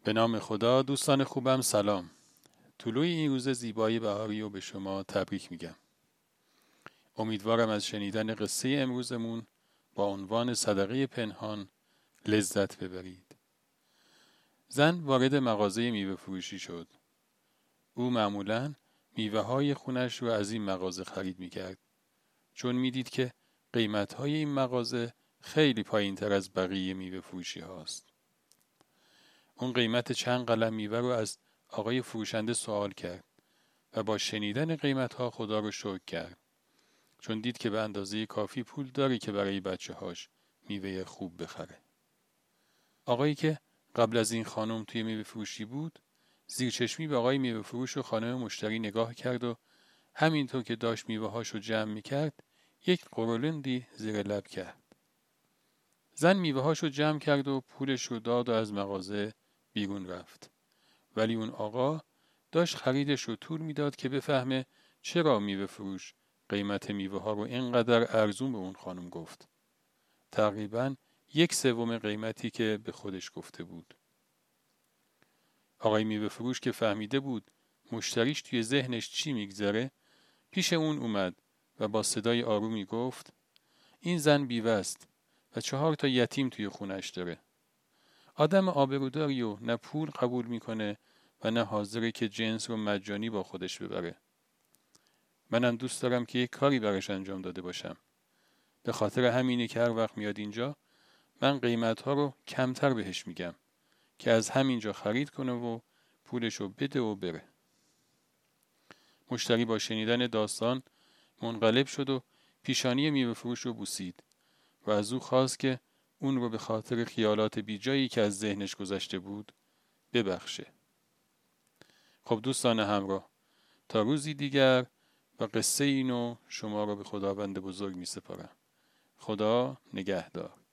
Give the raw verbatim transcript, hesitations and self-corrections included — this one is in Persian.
به نام خدا. دوستان خوبم سلام. طلوع این روز زیبای بهاری رو به شما تبریک میگم. امیدوارم از شنیدن قصه امروزمون با عنوان صدقه پنهان لذت ببرید. زن وارد مغازه میوه فروشی شد. او معمولاً میوه های خونش رو از این مغازه خرید میکرد، چون میدید که قیمت های این مغازه خیلی پایین تر از بقیه میوه فروشی هاست. اون قیمت چند قلم میوه رو از آقای فروشنده سوال کرد و با شنیدن قیمت ها خدا رو شکر کرد، چون دید که به اندازه کافی پول داره که برای بچه هاش میوه خوب بخره. آقایی که قبل از این خانم توی میوه فروشی بود، زیر چشمی به آقای میوه فروش و خانم مشتری نگاه کرد و همینطور که داشت میوه هاش رو جمع میکرد یک قرولندی زیر لب کرد. زن میوه هاش رو جمع کرد و پولش رو داد و از مغازه بیرون رفت. ولی اون آقا داشت خریدش رو طول میداد که بفهمه چرا میوه فروش قیمت میوه ها رو اینقدر ارزون به اون خانم گفت. تقریباً یک سوم قیمتی که به خودش گفته بود. آقای میوه فروش که فهمیده بود مشتریش توی ذهنش چی میگذره، پیش اون اومد و با صدای آرومی گفت: این زن بیوه است و چهار تا یتیم توی خونش داره. آدم آبروداری و نه پول قبول میکنه و نه حاضره که جنس رو مجانی با خودش ببره. منم دوست دارم که یک کاری براش انجام داده باشم. به خاطر همینه که هر وقت میاد اینجا من قیمت ها رو کمتر بهش میگم که از همینجا خرید کنه و پولش رو بده و بره. مشتری با شنیدن داستان منقلب شد و پیشانی میوه فروش رو بوسید و از او خواست که اون رو به خاطر خیالات بیجایی که از ذهنش گذشته بود ببخشه. خب دوستان همراه، تا روزی دیگر و قصه اینو شما را به خداوند بزرگ می سپارم. خدا نگهدار.